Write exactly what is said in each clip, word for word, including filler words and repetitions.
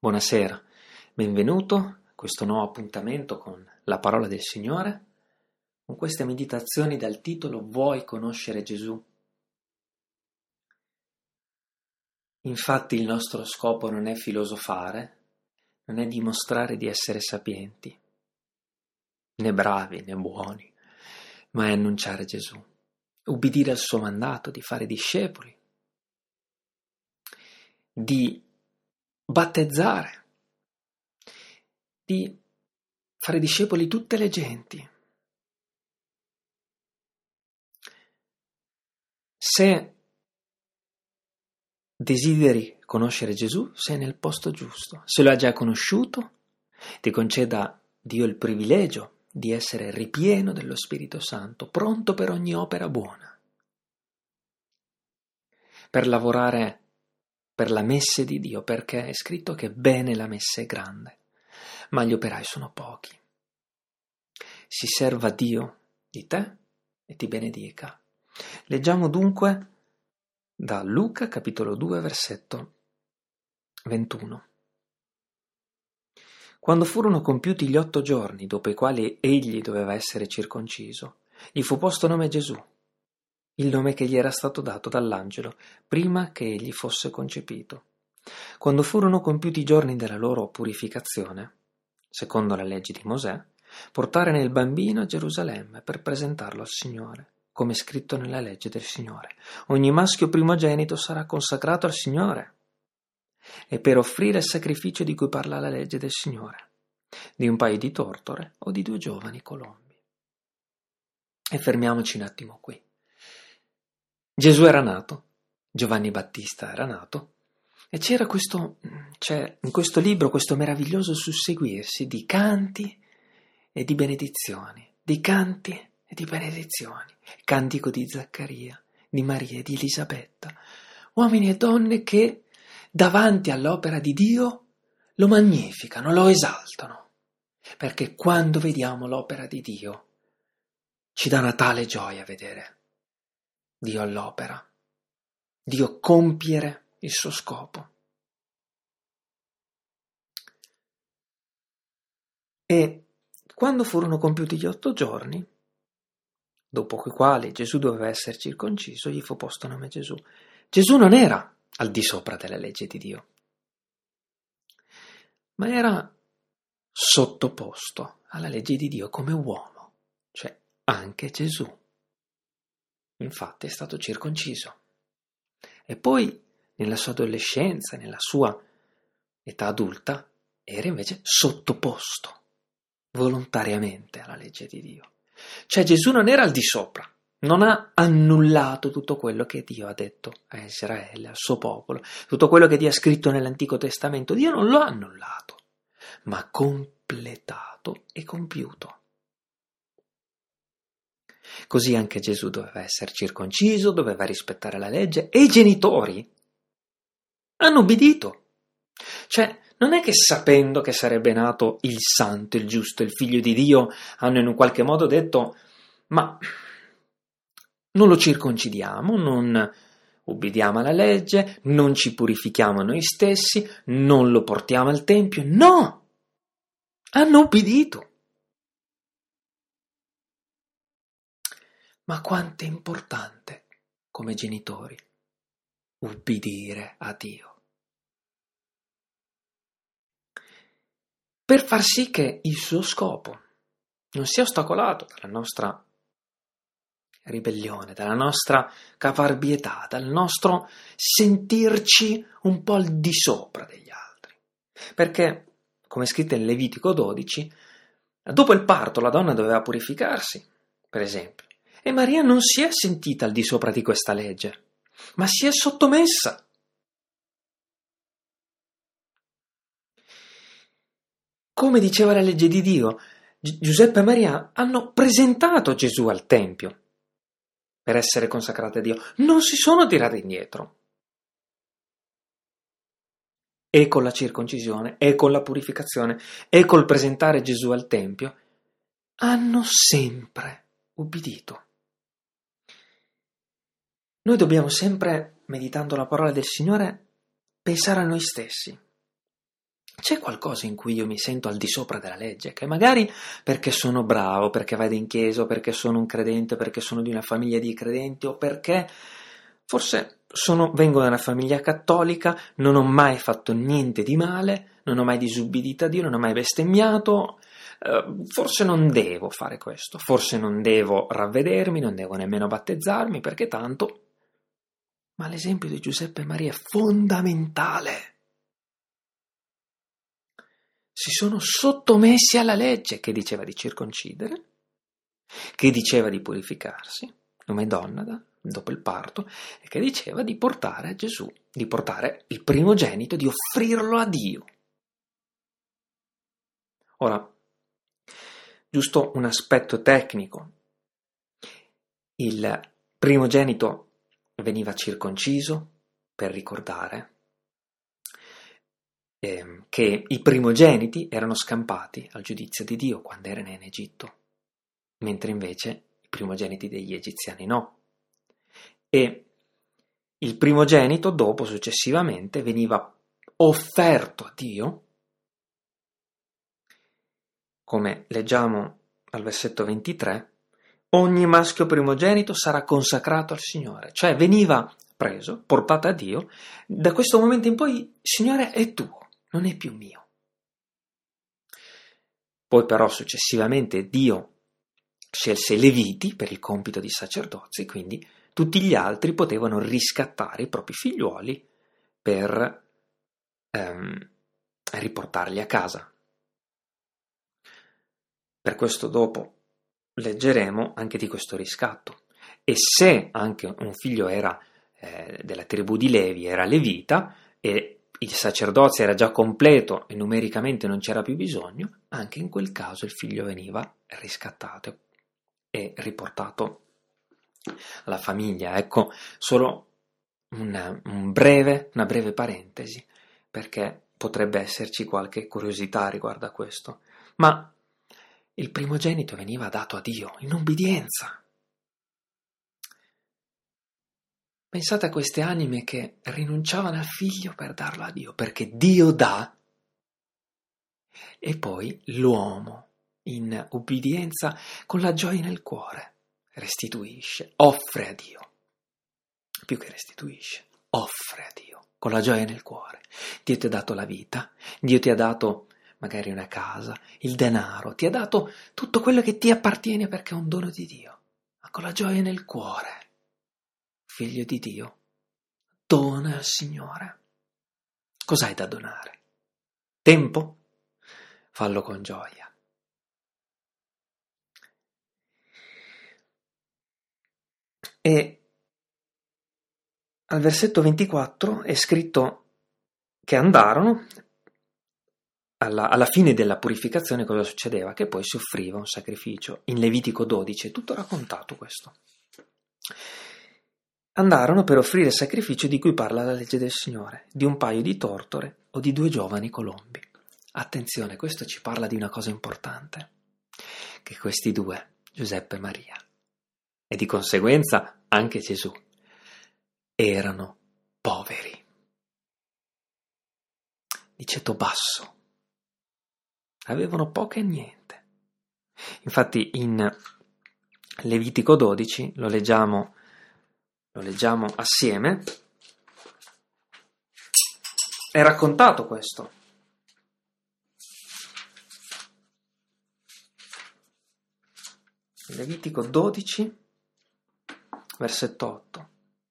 Buonasera, benvenuto a questo nuovo appuntamento con la parola del Signore, con queste meditazioni dal titolo Vuoi conoscere Gesù? Infatti il nostro scopo non è filosofare, non è dimostrare di essere sapienti, né bravi né buoni, ma è annunciare Gesù, ubbidire al suo mandato di fare discepoli, di battezzare, di fare discepoli tutte le genti. Se desideri conoscere Gesù, sei nel posto giusto. Se lo hai già conosciuto, ti conceda Dio il privilegio di essere ripieno dello Spirito Santo, pronto per ogni opera buona, per lavorare per la messe di Dio, perché è scritto che bene la messe è grande, ma gli operai sono pochi. Si serva Dio di te e ti benedica. Leggiamo dunque da Luca capitolo due versetto ventuno. Quando furono compiuti gli otto giorni dopo i quali egli doveva essere circonciso, gli fu posto nome Gesù, il nome che gli era stato dato dall'angelo prima che egli fosse concepito. Quando furono compiuti i giorni della loro purificazione, secondo la legge di Mosè, portare nel bambino a Gerusalemme per presentarlo al Signore, come scritto nella legge del Signore. Ogni maschio primogenito sarà consacrato al Signore, e per offrire il sacrificio di cui parla la legge del Signore, di un paio di tortore o di due giovani colombi. E fermiamoci un attimo qui. Gesù era nato, Giovanni Battista era nato, e c'era questo, c'è in questo libro questo meraviglioso susseguirsi di canti e di benedizioni, di canti e di benedizioni, cantico di Zaccaria, di Maria e di Elisabetta, uomini e donne che davanti all'opera di Dio lo magnificano, lo esaltano, perché quando vediamo l'opera di Dio ci dà una tale gioia vedere Dio all'opera, Dio compiere il suo scopo. E quando furono compiuti gli otto giorni, dopo i quali Gesù doveva essere circonciso, gli fu posto nome Gesù. Gesù non era al di sopra della legge di Dio, ma era sottoposto alla legge di Dio come uomo, cioè anche Gesù. Infatti è stato circonciso. E poi, nella sua adolescenza, nella sua età adulta, era invece sottoposto volontariamente alla legge di Dio. Cioè Gesù non era al di sopra, non ha annullato tutto quello che Dio ha detto a Israele, al suo popolo, tutto quello che Dio ha scritto nell'Antico Testamento. Dio non lo ha annullato, ma completato e compiuto. Così anche Gesù doveva essere circonciso, doveva rispettare la legge, e i genitori hanno ubbidito. Cioè, non è che sapendo che sarebbe nato il santo, il giusto, il figlio di Dio, hanno in un qualche modo detto: ma non lo circoncidiamo, non ubbidiamo alla legge, non ci purifichiamo noi stessi, non lo portiamo al tempio. No! Hanno ubbidito. Ma quanto è importante, come genitori, ubbidire a Dio. Per far sì che il suo scopo non sia ostacolato dalla nostra ribellione, dalla nostra caparbietà, dal nostro sentirci un po' al di sopra degli altri. Perché, come è scritto in Levitico dodici, dopo il parto la donna doveva purificarsi, per esempio. E Maria non si è sentita al di sopra di questa legge, ma si è sottomessa. Come diceva la legge di Dio, Gi- Giuseppe e Maria hanno presentato Gesù al Tempio per essere consacrati a Dio. Non si sono tirati indietro. E con la circoncisione, e con la purificazione, e col presentare Gesù al Tempio, hanno sempre ubbidito. Noi dobbiamo sempre, meditando la parola del Signore, pensare a noi stessi. C'è qualcosa in cui io mi sento al di sopra della legge, che magari perché sono bravo, perché vado in chiesa, o perché sono un credente, perché sono di una famiglia di credenti, o perché forse sono, vengo da una famiglia cattolica, non ho mai fatto niente di male, non ho mai disubbidito a Dio, non ho mai bestemmiato, eh, forse non devo fare questo, forse non devo ravvedermi, non devo nemmeno battezzarmi, perché tanto... Ma l'esempio di Giuseppe e Maria è fondamentale. Si sono sottomessi alla legge che diceva di circoncidere, che diceva di purificarsi, come donna da, dopo il parto, e che diceva di portare a Gesù, di portare il primogenito, di offrirlo a Dio. Ora, giusto un aspetto tecnico, il primogenito veniva circonciso per ricordare eh, che i primogeniti erano scampati al giudizio di Dio quando erano in Egitto, mentre invece i primogeniti degli egiziani no. E il primogenito dopo, successivamente, veniva offerto a Dio, come leggiamo al versetto ventitré, ogni maschio primogenito sarà consacrato al Signore, cioè veniva preso, portato a Dio, da questo momento in poi, Signore, è tuo, non è più mio. Poi però successivamente Dio scelse i Leviti per il compito di sacerdozio, quindi tutti gli altri potevano riscattare i propri figliuoli per ehm, riportarli a casa. Per questo dopo leggeremo anche di questo riscatto. E se anche un figlio era eh, della tribù di Levi, era levita, e il sacerdozio era già completo e numericamente non c'era più bisogno, anche in quel caso il figlio veniva riscattato e riportato alla famiglia. Ecco, solo una, un breve, una breve parentesi, perché potrebbe esserci qualche curiosità riguardo a questo. Ma il primogenito veniva dato a Dio in obbedienza. Pensate a queste anime che rinunciavano al figlio per darlo a Dio, perché Dio dà, e poi l'uomo, in obbedienza, con la gioia nel cuore, restituisce, offre a Dio. Più che restituisce, offre a Dio, con la gioia nel cuore. Dio ti ha dato la vita, Dio ti ha dato magari una casa, il denaro, ti ha dato tutto quello che ti appartiene perché è un dono di Dio, ma con la gioia nel cuore. Figlio di Dio, dona al Signore. Cos'hai da donare? Tempo? Fallo con gioia. E al versetto ventiquattro è scritto che andarono, alla, alla fine della purificazione cosa succedeva? Che poi si offriva un sacrificio. In Levitico dodici è tutto raccontato questo. Andarono per offrire il sacrificio di cui parla la legge del Signore, di un paio di tortore o di due giovani colombi. Attenzione, questo ci parla di una cosa importante, che questi due, Giuseppe e Maria, e di conseguenza anche Gesù, erano poveri, di ceto basso, avevano poco e niente. Infatti in Levitico dodici, lo leggiamo Lo leggiamo assieme. È raccontato questo. Levitico dodici, versetto otto.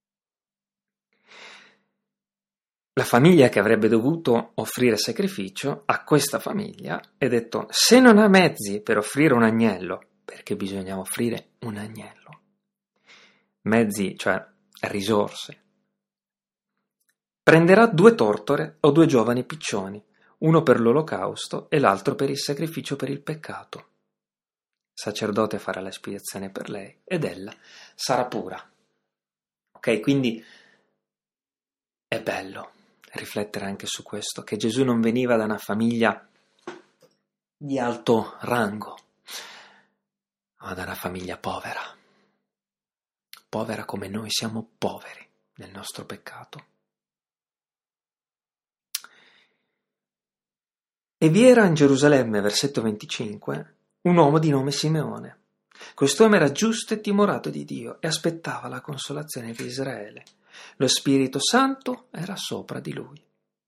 La famiglia che avrebbe dovuto offrire sacrificio, a questa famiglia è detto: se non ha mezzi per offrire un agnello, perché bisogna offrire un agnello, mezzi, cioè risorse, prenderà due tortore o due giovani piccioni, uno per l'olocausto e l'altro per il sacrificio per il peccato. Il sacerdote farà l'espiazione per lei ed ella sarà pura. Ok, quindi è bello riflettere anche su questo, che Gesù non veniva da una famiglia di alto rango, ma da una famiglia povera. Povera come noi siamo poveri nel nostro peccato. E vi era in Gerusalemme, versetto venticinque, un uomo di nome Simeone. Quest'uomo era giusto e timorato di Dio e aspettava la consolazione di Israele. Lo Spirito Santo era sopra di lui.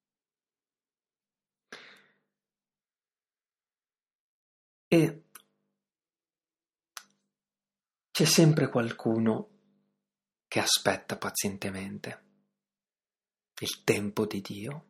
E c'è sempre qualcuno che aspetta pazientemente il tempo di Dio.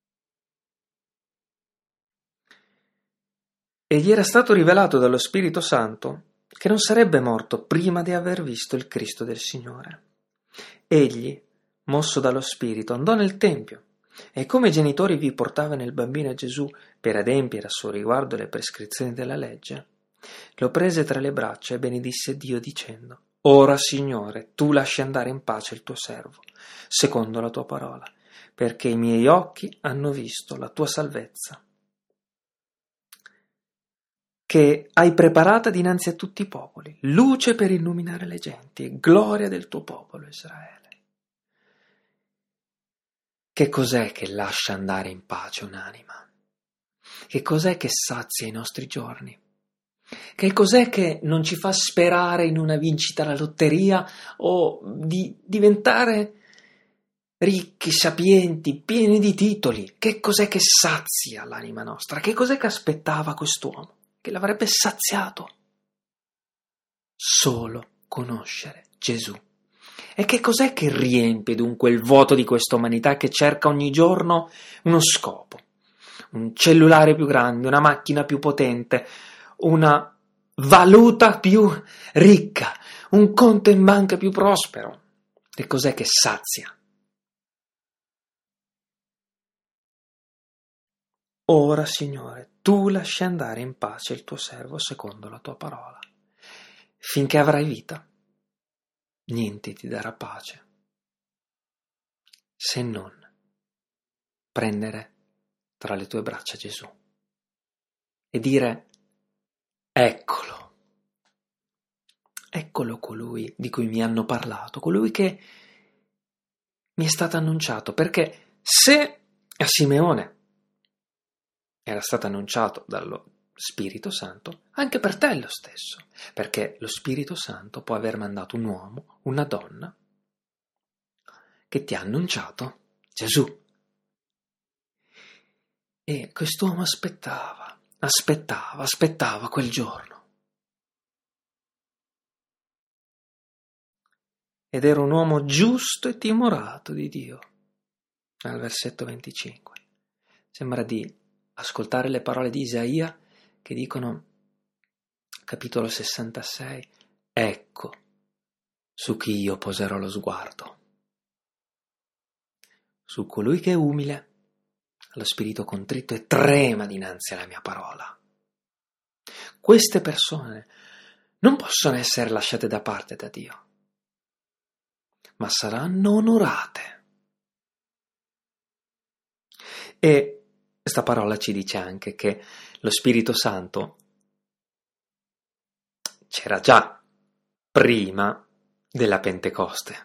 E gli era stato rivelato dallo Spirito Santo che non sarebbe morto prima di aver visto il Cristo del Signore. Egli, mosso dallo Spirito, andò nel Tempio e come i genitori vi portavano il bambino Gesù per adempiere a suo riguardo le prescrizioni della legge, lo prese tra le braccia e benedisse Dio dicendo: «Ora, Signore, tu lasci andare in pace il tuo servo, secondo la tua parola, perché i miei occhi hanno visto la tua salvezza, che hai preparata dinanzi a tutti i popoli, luce per illuminare le genti e gloria del tuo popolo Israele». Che cos'è che lascia andare in pace un'anima? Che cos'è che sazia i nostri giorni? Che cos'è che non ci fa sperare in una vincita alla lotteria o di diventare ricchi, sapienti, pieni di titoli? Che cos'è che sazia l'anima nostra? Che cos'è che aspettava quest'uomo? Che l'avrebbe saziato? Solo conoscere Gesù. E che cos'è che riempie dunque il vuoto di questa umanità che cerca ogni giorno uno scopo? Un cellulare più grande, una macchina più potente, una valuta più ricca, un conto in banca più prospero. Che cos'è che sazia? Ora, Signore, tu lasci andare in pace il tuo servo secondo la tua parola. Finché avrai vita, niente ti darà pace, se non prendere tra le tue braccia Gesù e dire: eccolo, eccolo colui di cui mi hanno parlato, colui che mi è stato annunciato, perché se a Simeone era stato annunciato dallo Spirito Santo, anche per te è lo stesso, perché lo Spirito Santo può aver mandato un uomo, una donna, che ti ha annunciato Gesù. E quest'uomo aspettava, aspettava, aspettava quel giorno. Ed era un uomo giusto e timorato di Dio. Al versetto venticinque. Sembra di ascoltare le parole di Isaia che dicono, capitolo sessantasei, ecco su chi io poserò lo sguardo, su colui che è umile, allo spirito contritto e trema dinanzi alla mia parola. Queste persone non possono essere lasciate da parte da Dio, ma saranno onorate. E questa parola ci dice anche che lo Spirito Santo c'era già prima della Pentecoste.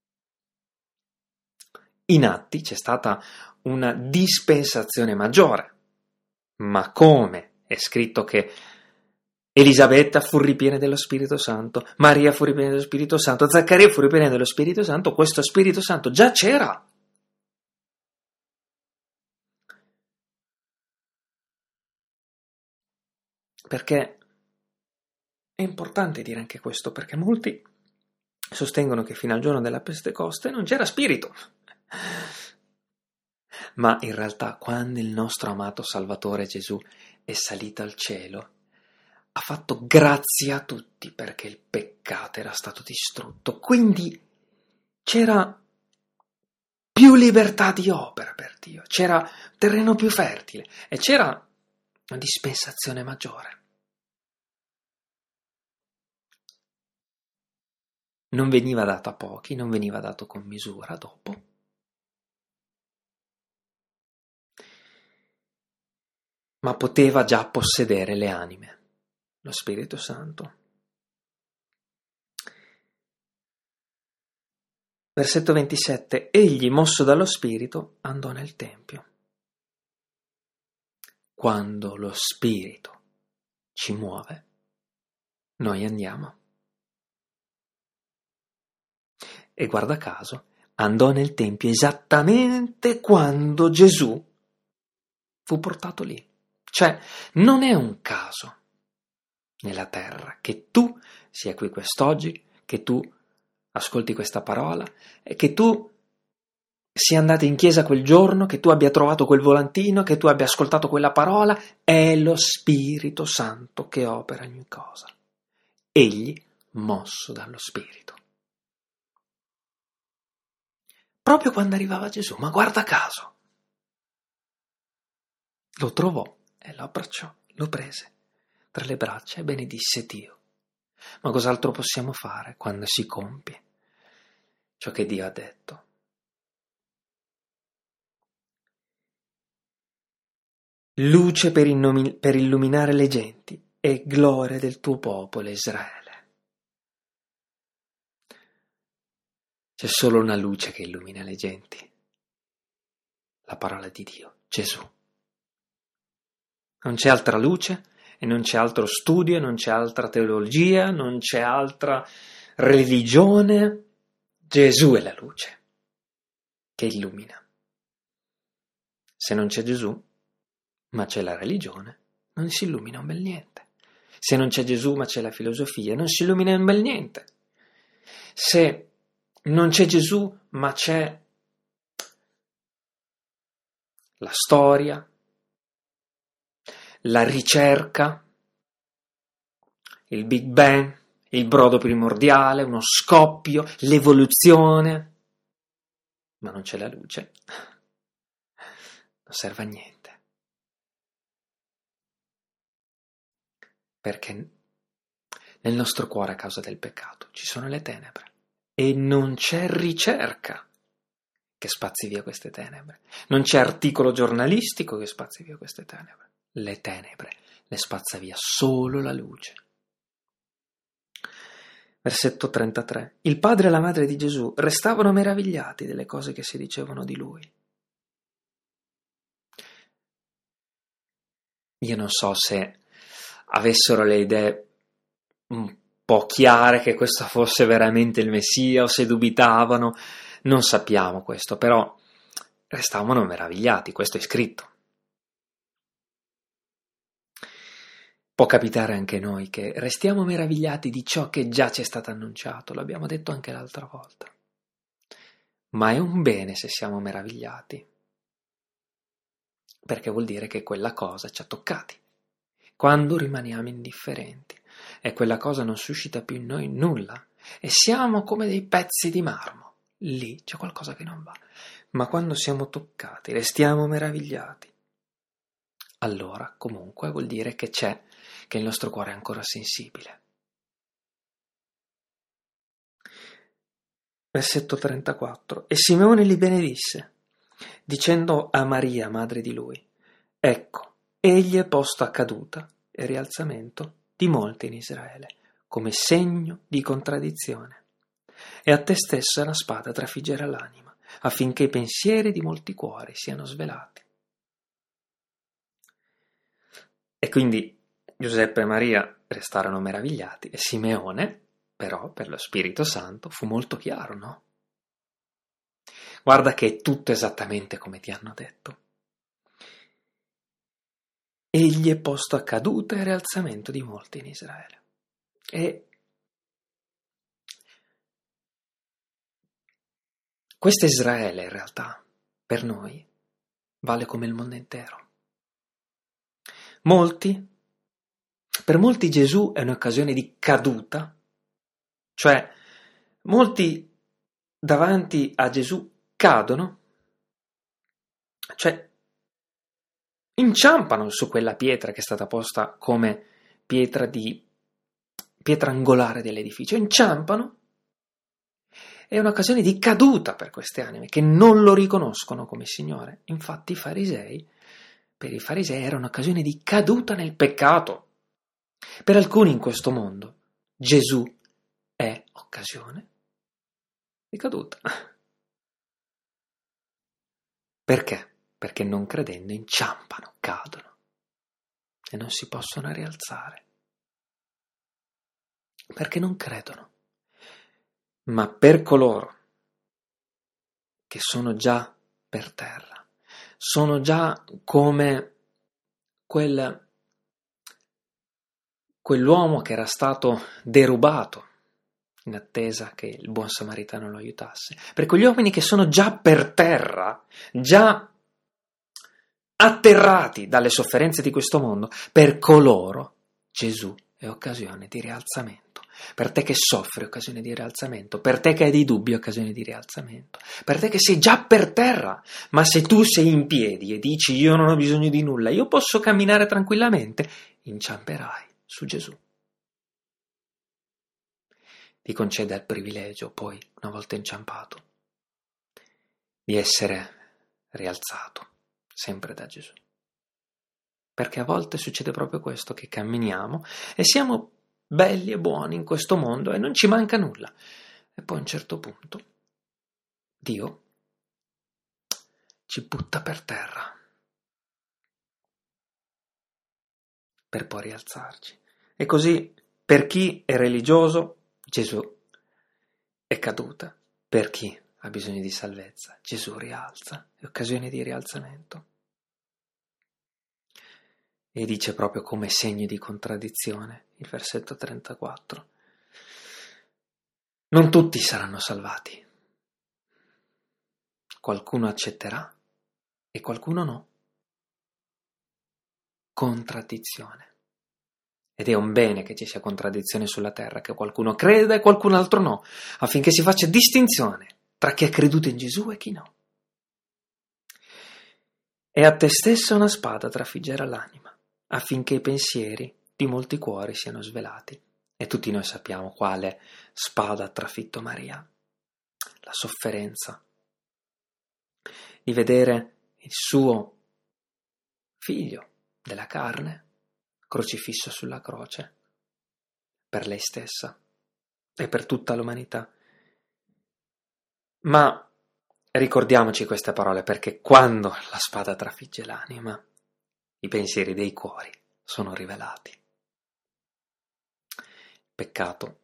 In Atti c'è stata una dispensazione maggiore, ma come è scritto che Elisabetta fu ripiena dello Spirito Santo, Maria fu ripiena dello Spirito Santo, Zaccaria fu ripiena dello Spirito Santo, questo Spirito Santo già c'era. Perché è importante dire anche questo, perché molti sostengono che fino al giorno della Pentecoste non c'era spirito. Ma in realtà, quando il nostro amato Salvatore Gesù è salito al cielo, ha fatto grazie a tutti perché il peccato era stato distrutto. Quindi c'era più libertà di opera per Dio, c'era terreno più fertile e c'era una dispensazione maggiore. Non veniva dato a pochi, non veniva dato con misura dopo. Ma poteva già possedere le anime, lo Spirito Santo. Versetto ventisette. Egli, mosso dallo Spirito, andò nel Tempio. quando lo Spirito ci muove, noi andiamo. E guarda caso, andò nel Tempio esattamente quando Gesù fu portato lì. Cioè, non è un caso nella terra che tu sia qui quest'oggi, che tu ascolti questa parola e che tu sia andato in chiesa quel giorno, che tu abbia trovato quel volantino, che tu abbia ascoltato quella parola. È lo Spirito Santo che opera ogni cosa. Egli mosso dallo Spirito. Proprio quando arrivava Gesù, ma guarda caso, lo trovò e lo abbracciò, lo prese tra le braccia e benedisse Dio. Ma cos'altro possiamo fare quando si compie ciò che Dio ha detto? Luce per, innomi- per illuminare le genti e gloria del tuo popolo Israele. C'è solo una luce che illumina le genti, la parola di Dio, Gesù. Non c'è altra luce e non c'è altro studio, non c'è altra teologia, non c'è altra religione. Gesù è la luce che illumina. Se non c'è Gesù, ma c'è la religione, non si illumina un bel niente. Se non c'è Gesù, ma c'è la filosofia, non si illumina un bel niente. Se non c'è Gesù, ma c'è la storia, la ricerca, il Big Bang, il brodo primordiale, uno scoppio, l'evoluzione, ma non c'è la luce, non serve a niente. Perché nel nostro cuore, a causa del peccato, ci sono le tenebre e non c'è ricerca che spazi via queste tenebre. Non c'è articolo giornalistico che spazi via queste tenebre. Le tenebre le spazza via solo la luce. Versetto trentatré. Il padre e la madre di Gesù restavano meravigliati delle cose che si dicevano di lui. Io non so se avessero le idee un po' chiare che questo fosse veramente il Messia o se dubitavano, non sappiamo questo, però restavano meravigliati, questo è scritto. Può capitare anche a noi che restiamo meravigliati di ciò che già ci è stato annunciato, l'abbiamo detto anche l'altra volta. Ma è un bene se siamo meravigliati, perché vuol dire che quella cosa ci ha toccati. Quando rimaniamo indifferenti e quella cosa non suscita più in noi nulla e siamo come dei pezzi di marmo, lì c'è qualcosa che non va. Ma quando siamo toccati, restiamo meravigliati, allora comunque vuol dire che c'è, che il nostro cuore è ancora sensibile. Versetto trentaquattro. E Simeone li benedisse, dicendo a Maria, madre di lui: ecco, egli è posto a caduta e rialzamento di molti in Israele, come segno di contraddizione. E a te stesso è una spada trafiggerà l'anima, affinché i pensieri di molti cuori siano svelati. E quindi Giuseppe e Maria restarono meravigliati e Simeone, però, per lo Spirito Santo, fu molto chiaro, no? Guarda che è tutto esattamente come ti hanno detto. Egli è posto a caduta e rialzamento di molti in Israele. E questo Israele, in realtà, per noi, vale come il mondo intero. Molti, per molti Gesù è un'occasione di caduta, cioè molti davanti a Gesù cadono, cioè inciampano su quella pietra che è stata posta come pietra di pietra angolare dell'edificio, inciampano. È un'occasione di caduta per queste anime che non lo riconoscono come Signore. Infatti i farisei, per i farisei era un'occasione di caduta nel peccato. Per alcuni in questo mondo Gesù è occasione di caduta. Perché? Perché non credendo inciampano, cadono. e non si possono rialzare, perché non credono. Ma per coloro che sono già per terra, sono già come quel, quell'uomo che era stato derubato in attesa che il buon samaritano lo aiutasse, per quegli uomini che sono già per terra, già atterrati dalle sofferenze di questo mondo, per coloro Gesù è occasione di rialzamento. Per te che soffri, occasione di rialzamento. Per te che hai dei dubbi, occasione di rialzamento. Per te che sei già per terra, ma se tu sei in piedi e dici io non ho bisogno di nulla, io posso camminare tranquillamente, inciamperai su Gesù. Ti concede il privilegio, poi, una volta inciampato, di essere rialzato, sempre da Gesù. Perché a volte succede proprio questo, che camminiamo e siamo belli e buoni in questo mondo e non ci manca nulla. E poi a un certo punto Dio ci butta per terra per poi rialzarci. E così per chi è religioso Gesù è caduta, per chi ha bisogno di salvezza Gesù rialza, è occasione di rialzamento. E dice proprio come segno di contraddizione il versetto trentaquattro: non tutti saranno salvati, qualcuno accetterà e qualcuno no. Contraddizione. Ed è un bene che ci sia contraddizione sulla terra, che qualcuno creda e qualcun altro no, affinché si faccia distinzione tra chi ha creduto in Gesù e chi no. E a te stessa una spada trafiggerà l'anima, affinché i pensieri di molti cuori siano svelati. E tutti noi sappiamo quale spada ha trafitto Maria: la sofferenza di vedere il suo figlio della carne crocifisso sulla croce per lei stessa e per tutta l'umanità. Ma ricordiamoci queste parole, perché quando la spada trafigge l'anima, i pensieri dei cuori sono rivelati. Il peccato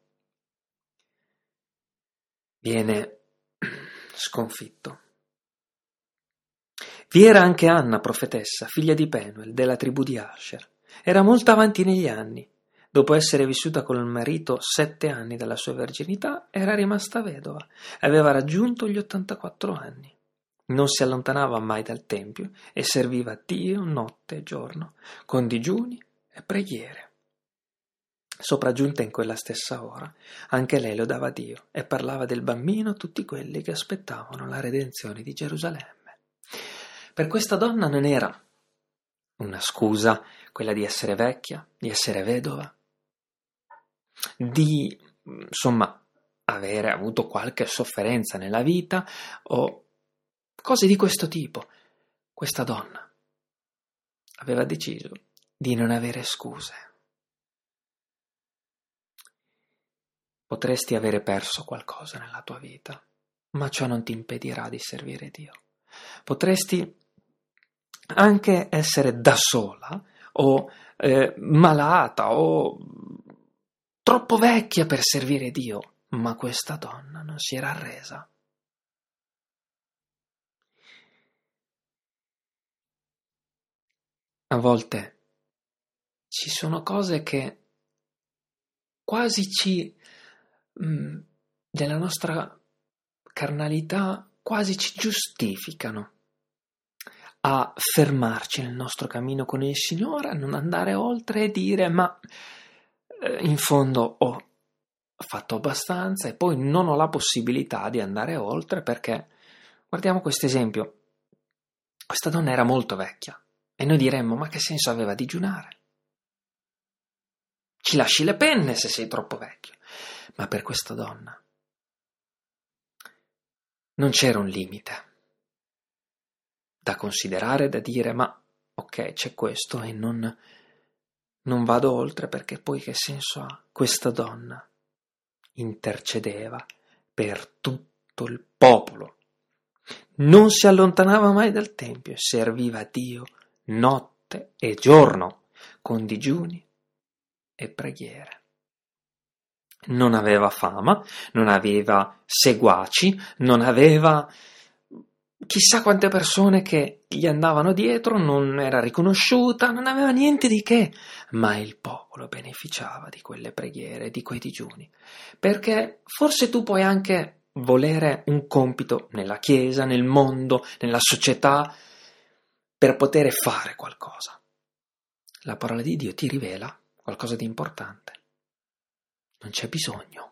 viene sconfitto. Vi era anche Anna, profetessa, figlia di Penuel, della tribù di Asher. Era molto avanti negli anni. Dopo essere vissuta con il marito sette anni dalla sua verginità, era rimasta vedova e aveva raggiunto gli ottantaquattro anni. Non si allontanava mai dal tempio e serviva Dio notte e giorno, con digiuni e preghiere. Sopraggiunta in quella stessa ora, anche lei lodava Dio e parlava del bambino a tutti quelli che aspettavano la redenzione di Gerusalemme. Per questa donna non era una scusa quella di essere vecchia, di essere vedova, di, insomma, avere avuto qualche sofferenza nella vita o cose di questo tipo. Questa donna aveva deciso di non avere scuse. Potresti avere perso qualcosa nella tua vita, ma ciò non ti impedirà di servire Dio. Potresti anche essere da sola o eh, malata o troppo vecchia per servire Dio, ma questa donna non si era arresa. A volte ci sono cose che quasi ci, mh, della nostra carnalità, quasi ci giustificano a fermarci nel nostro cammino con il Signore, a non andare oltre e dire ma eh, in fondo ho fatto abbastanza e poi non ho la possibilità di andare oltre perché, guardiamo questo esempio, questa donna era molto vecchia e noi diremmo ma che senso aveva digiunare? Ci lasci le penne se sei troppo vecchio. Ma per questa donna non c'era un limite da considerare, da dire ma ok, c'è questo e non, non vado oltre perché poi che senso ha? Questa donna intercedeva per tutto il popolo, non si allontanava mai dal tempio e serviva Dio notte e giorno, con digiuni e preghiere. Non aveva fama, non aveva seguaci, non aveva chissà quante persone che gli andavano dietro, non era riconosciuta, non aveva niente di che, ma il popolo beneficiava di quelle preghiere, di quei digiuni, perché forse tu puoi anche volere un compito nella Chiesa, nel mondo, nella società, per poter fare qualcosa. La parola di Dio ti rivela qualcosa di importante. Non c'è bisogno.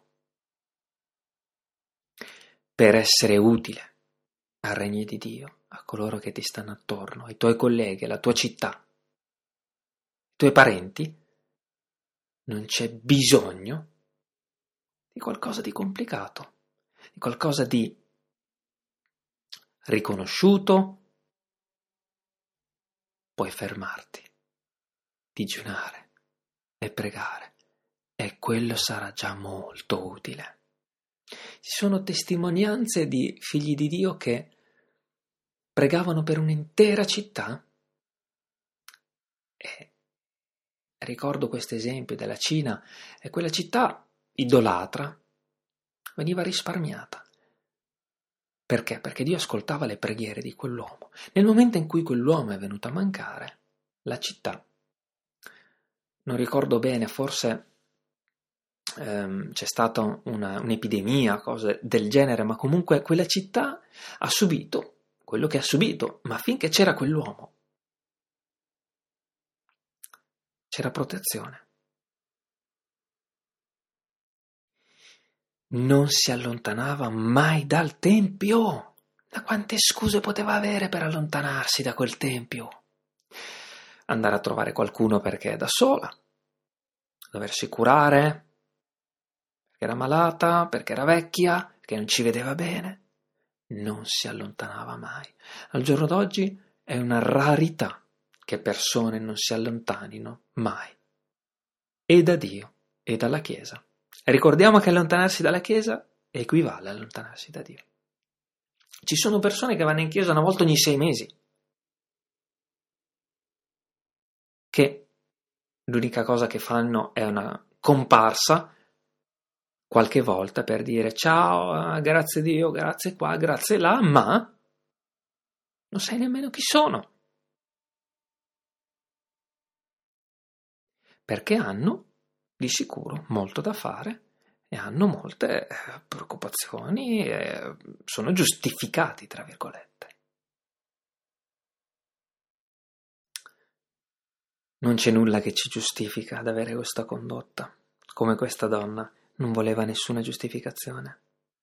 Per essere utile al regno di Dio, a coloro che ti stanno attorno, ai tuoi colleghi, alla tua città, ai tuoi parenti, non c'è bisogno di qualcosa di complicato, di qualcosa di riconosciuto. Puoi fermarti, digiunare e pregare, e quello sarà già molto utile. Ci sono testimonianze di figli di Dio che pregavano per un'intera città. E ricordo questo esempio della Cina, e quella città idolatra veniva risparmiata. Perché? Perché Dio ascoltava le preghiere di quell'uomo. Nel momento in cui quell'uomo è venuto a mancare, la città, non ricordo bene, forse ehm, c'è stata una, un'epidemia, cose del genere, ma comunque quella città ha subito quello che ha subito, ma finché c'era quell'uomo c'era protezione. Non si allontanava mai dal tempio. Ma quante scuse poteva avere per allontanarsi da quel tempio? Andare a trovare qualcuno perché è da sola, doversi curare, perché era malata, perché era vecchia, perché non ci vedeva bene. Non si allontanava mai. Al giorno d'oggi è una rarità che persone non si allontanino mai. E da Dio e dalla Chiesa. Ricordiamo che allontanarsi dalla Chiesa equivale a allontanarsi da Dio. Ci sono persone che vanno in chiesa una volta ogni sei mesi, che l'unica cosa che fanno è una comparsa qualche volta per dire ciao, grazie Dio, grazie qua, grazie là, ma non sai nemmeno chi sono. Perché hanno di sicuro molto da fare e hanno molte preoccupazioni e sono giustificati, tra virgolette. Non c'è nulla che ci giustifica ad avere questa condotta, come questa donna non voleva nessuna giustificazione.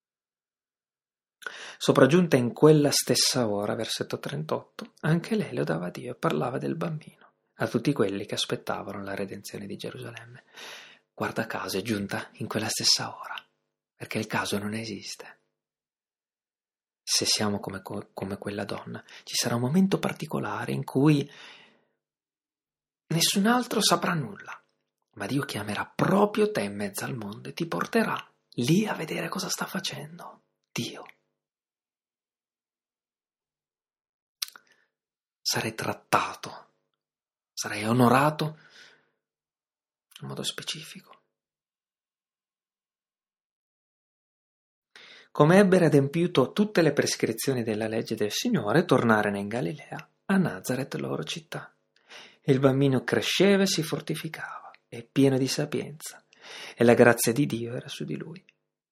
Sopraggiunta in quella stessa ora, versetto trentotto, anche lei lodava a Dio e parlava del bambino a tutti quelli che aspettavano la redenzione di Gerusalemme. Guarda caso è giunta in quella stessa ora, perché il caso non esiste. Se siamo come, come quella donna, ci sarà un momento particolare in cui nessun altro saprà nulla, ma Dio chiamerà proprio te in mezzo al mondo e ti porterà lì a vedere cosa sta facendo Dio. Sarai trattato, sarai onorato in modo specifico. Come ebbero adempiuto tutte le prescrizioni della legge del Signore, tornarono in Galilea, a Nazaret, loro città. E il bambino cresceva e si fortificava, e pieno di sapienza, e la grazia di Dio era su di lui.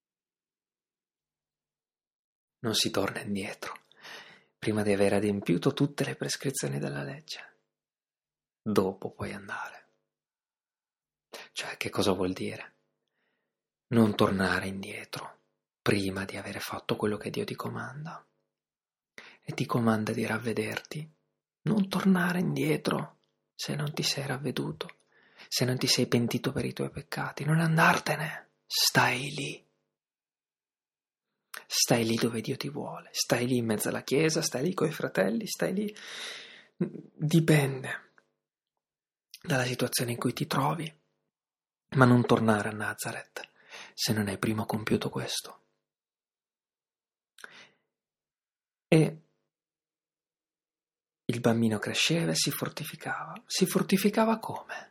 Non si torna indietro, prima di aver adempiuto tutte le prescrizioni della legge. Dopo puoi andare. Cioè, che cosa vuol dire? Non tornare indietro prima di aver fatto quello che Dio ti comanda. E ti comanda di ravvederti. Non tornare indietro se non ti sei ravveduto, se non ti sei pentito per i tuoi peccati. Non andartene, stai lì. Stai lì dove Dio ti vuole, stai lì in mezzo alla chiesa, stai lì coi fratelli, stai lì. Dipende dalla situazione in cui ti trovi, ma non tornare a Nazaret se non hai prima compiuto questo. E il bambino cresceva e si fortificava. Si fortificava come?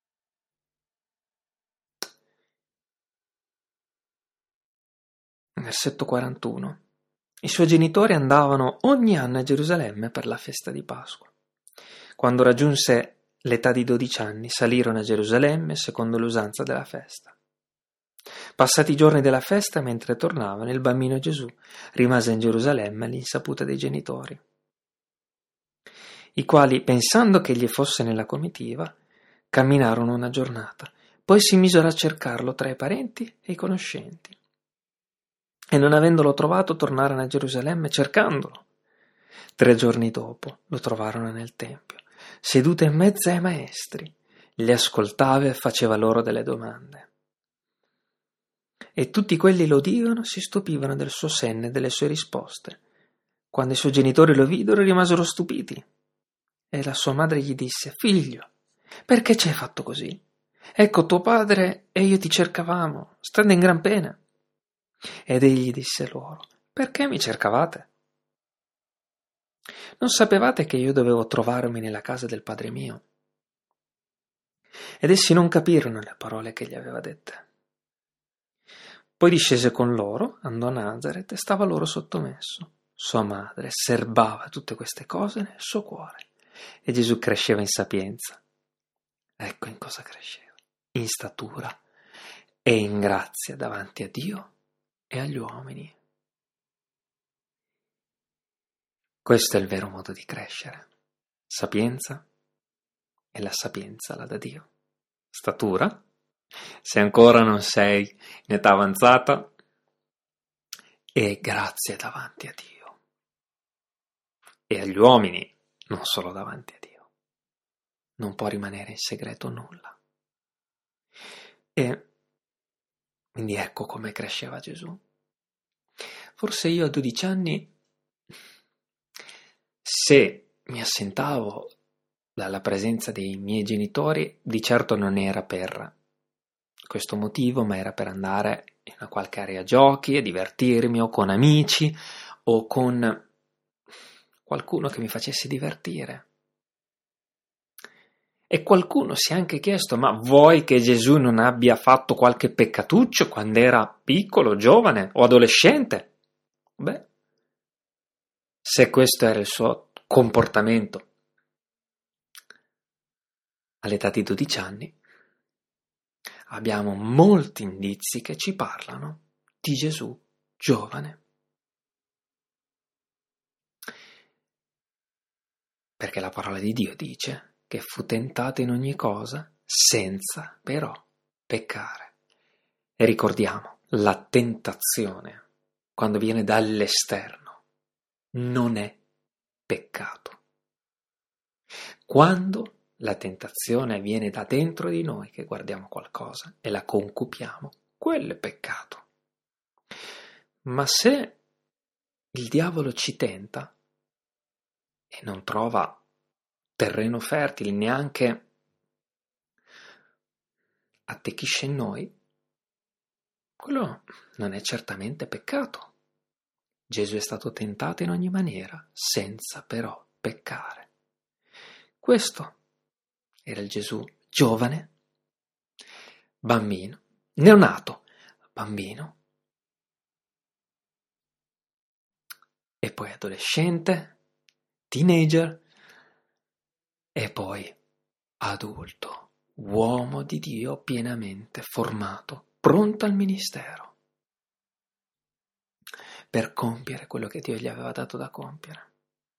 Versetto quarantuno. I suoi genitori andavano ogni anno a Gerusalemme per la festa di Pasqua. Quando raggiunse l'età di dodici anni, salirono a Gerusalemme secondo l'usanza della festa. Passati i giorni della festa, mentre tornavano, il bambino Gesù rimase in Gerusalemme all'insaputa dei genitori, i quali, pensando che egli fosse nella comitiva, camminarono una giornata, poi si misero a cercarlo tra i parenti e i conoscenti. E non avendolo trovato, tornarono a Gerusalemme cercandolo. Tre giorni dopo lo trovarono nel Tempio, seduto in mezzo ai maestri, li ascoltava e faceva loro delle domande. E tutti quelli lo udivano si stupivano del suo senno e delle sue risposte. Quando i suoi genitori lo videro, rimasero stupiti. E la sua madre gli disse: «Figlio, perché ci hai fatto così? Ecco, tuo padre e io ti cercavamo, stando in gran pena». Ed egli disse loro: «Perché mi cercavate? Non sapevate che io dovevo trovarmi nella casa del padre mio?» Ed essi non capirono le parole che gli aveva dette. Poi discese con loro, andò a Nazaret e stava loro sottomesso. Sua madre serbava tutte queste cose nel suo cuore. E Gesù cresceva in sapienza. Ecco in cosa cresceva: in statura e in grazia davanti a Dio e agli uomini. Questo è il vero modo di crescere: sapienza, e la sapienza la dà Dio. Statura, se ancora non sei in età avanzata, e grazia davanti a Dio e agli uomini, non solo davanti a Dio. Non può rimanere in segreto nulla. E quindi ecco come cresceva Gesù. Forse io a dodici anni, se mi assentavo dalla presenza dei miei genitori, di certo non era per questo motivo, ma era per andare in una qualche area giochi e divertirmi, o con amici, o con qualcuno che mi facesse divertire. E qualcuno si è anche chiesto: ma vuoi che Gesù non abbia fatto qualche peccatuccio quando era piccolo, giovane o adolescente? Beh, se questo era il suo comportamento all'età di dodici anni, abbiamo molti indizi che ci parlano di Gesù giovane. Perché la parola di Dio dice che fu tentato in ogni cosa senza però peccare. E ricordiamo, la tentazione, quando viene dall'esterno, non è peccato. Quando la tentazione viene da dentro di noi, che guardiamo qualcosa e la concupiamo, quello è peccato. Ma se il diavolo ci tenta e non trova terreno fertile, neanche attecchisce in noi, quello non è certamente peccato. Gesù è stato tentato in ogni maniera, senza però peccare. Questo era il Gesù giovane, bambino, neonato, bambino, e poi adolescente, teenager, e poi adulto, uomo di Dio pienamente formato, pronto al ministero, per compiere quello che Dio gli aveva dato da compiere.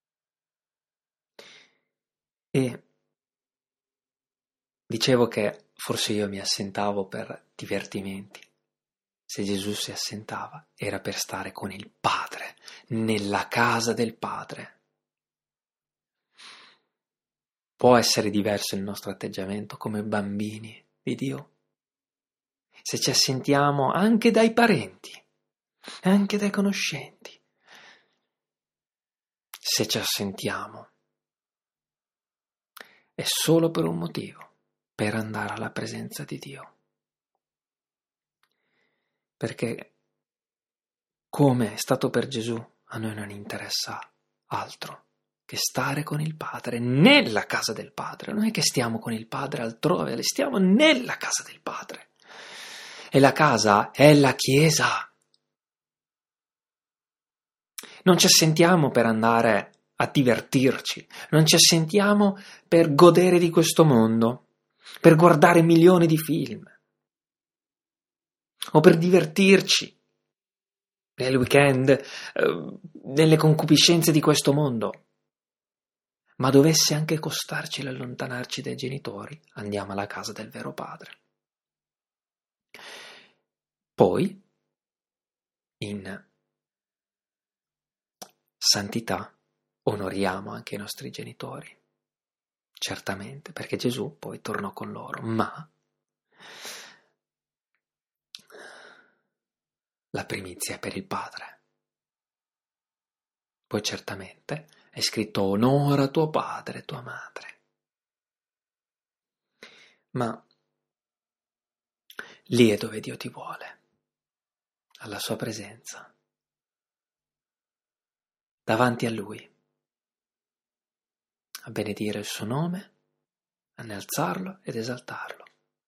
E dicevo che forse io mi assentavo per divertimenti. Se Gesù si assentava era per stare con il Padre, nella casa del Padre. Può essere diverso il nostro atteggiamento come bambini di Dio, se ci assentiamo anche dai parenti, anche dai conoscenti. Se ci assentiamo è solo per un motivo: per andare alla presenza di Dio. Perché, come è stato per Gesù, a noi non interessa altro che stare con il Padre, nella casa del Padre. Non è che stiamo con il Padre altrove, stiamo nella casa del Padre. E la casa è la Chiesa. Non ci assentiamo per andare a divertirci, non ci assentiamo per godere di questo mondo, per guardare milioni di film o per divertirci nel weekend, eh, nelle concupiscenze di questo mondo. Ma dovesse anche costarci l'allontanarci dai genitori, andiamo alla casa del vero Padre. Poi, in santità, onoriamo anche i nostri genitori, certamente, perché Gesù poi tornò con loro, ma la primizia è per il Padre. Poi certamente è scritto onora tuo padre e tua madre. Ma lì è dove Dio ti vuole, alla sua presenza, davanti a Lui, a benedire il suo nome, a innalzarlo ed esaltarlo.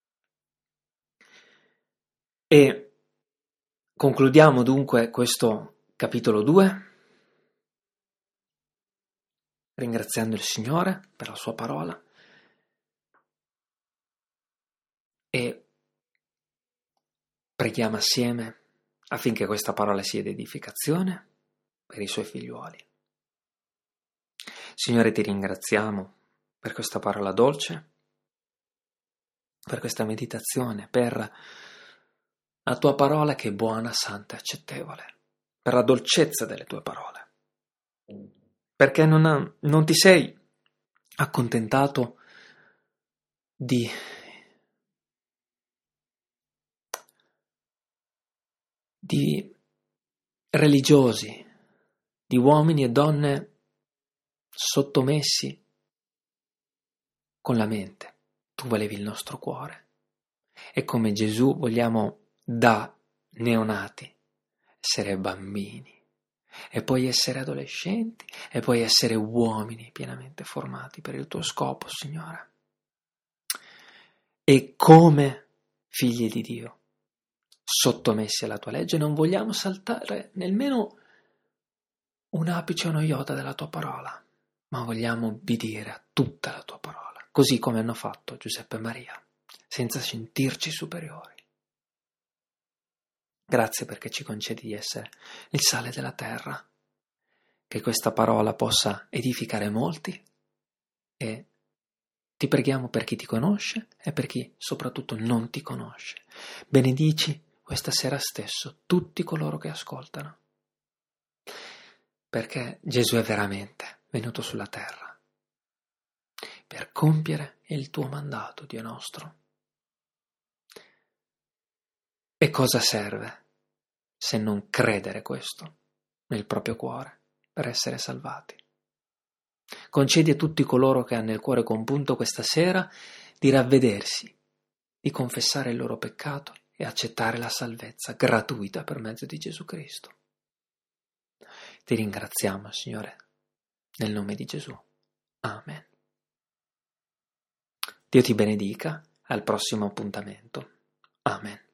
E concludiamo dunque questo capitolo due ringraziando il Signore per la sua parola e preghiamo assieme affinché questa parola sia di edificazione per i suoi figliuoli. Signore, ti ringraziamo per questa parola dolce, per questa meditazione, per la tua parola che è buona, santa e accettevole, per la dolcezza delle tue parole, perché non, ha, non ti sei accontentato di di religiosi, di uomini e donne sottomessi con la mente. Tu volevi il nostro cuore. E come Gesù vogliamo da neonati essere bambini e poi essere adolescenti e poi essere uomini pienamente formati per il tuo scopo, Signore. E come figli di Dio, sottomessi alla tua legge, non vogliamo saltare nemmeno un apice o uno iota della tua parola, ma vogliamo obbedire a tutta la tua parola, così come hanno fatto Giuseppe e Maria, senza sentirci superiori. Grazie perché ci concedi di essere il sale della terra, che questa parola possa edificare molti e ti preghiamo per chi ti conosce e per chi soprattutto non ti conosce. Benedici questa sera stesso tutti coloro che ascoltano, perché Gesù è veramente venuto sulla terra per compiere il tuo mandato, Dio nostro. E cosa serve se non credere questo nel proprio cuore per essere salvati? Concedi a tutti coloro che hanno il cuore compunto questa sera di ravvedersi, di confessare il loro peccato e accettare la salvezza gratuita per mezzo di Gesù Cristo. Ti ringraziamo, Signore, nel nome di Gesù. Amen. Dio ti benedica, al prossimo appuntamento. Amen.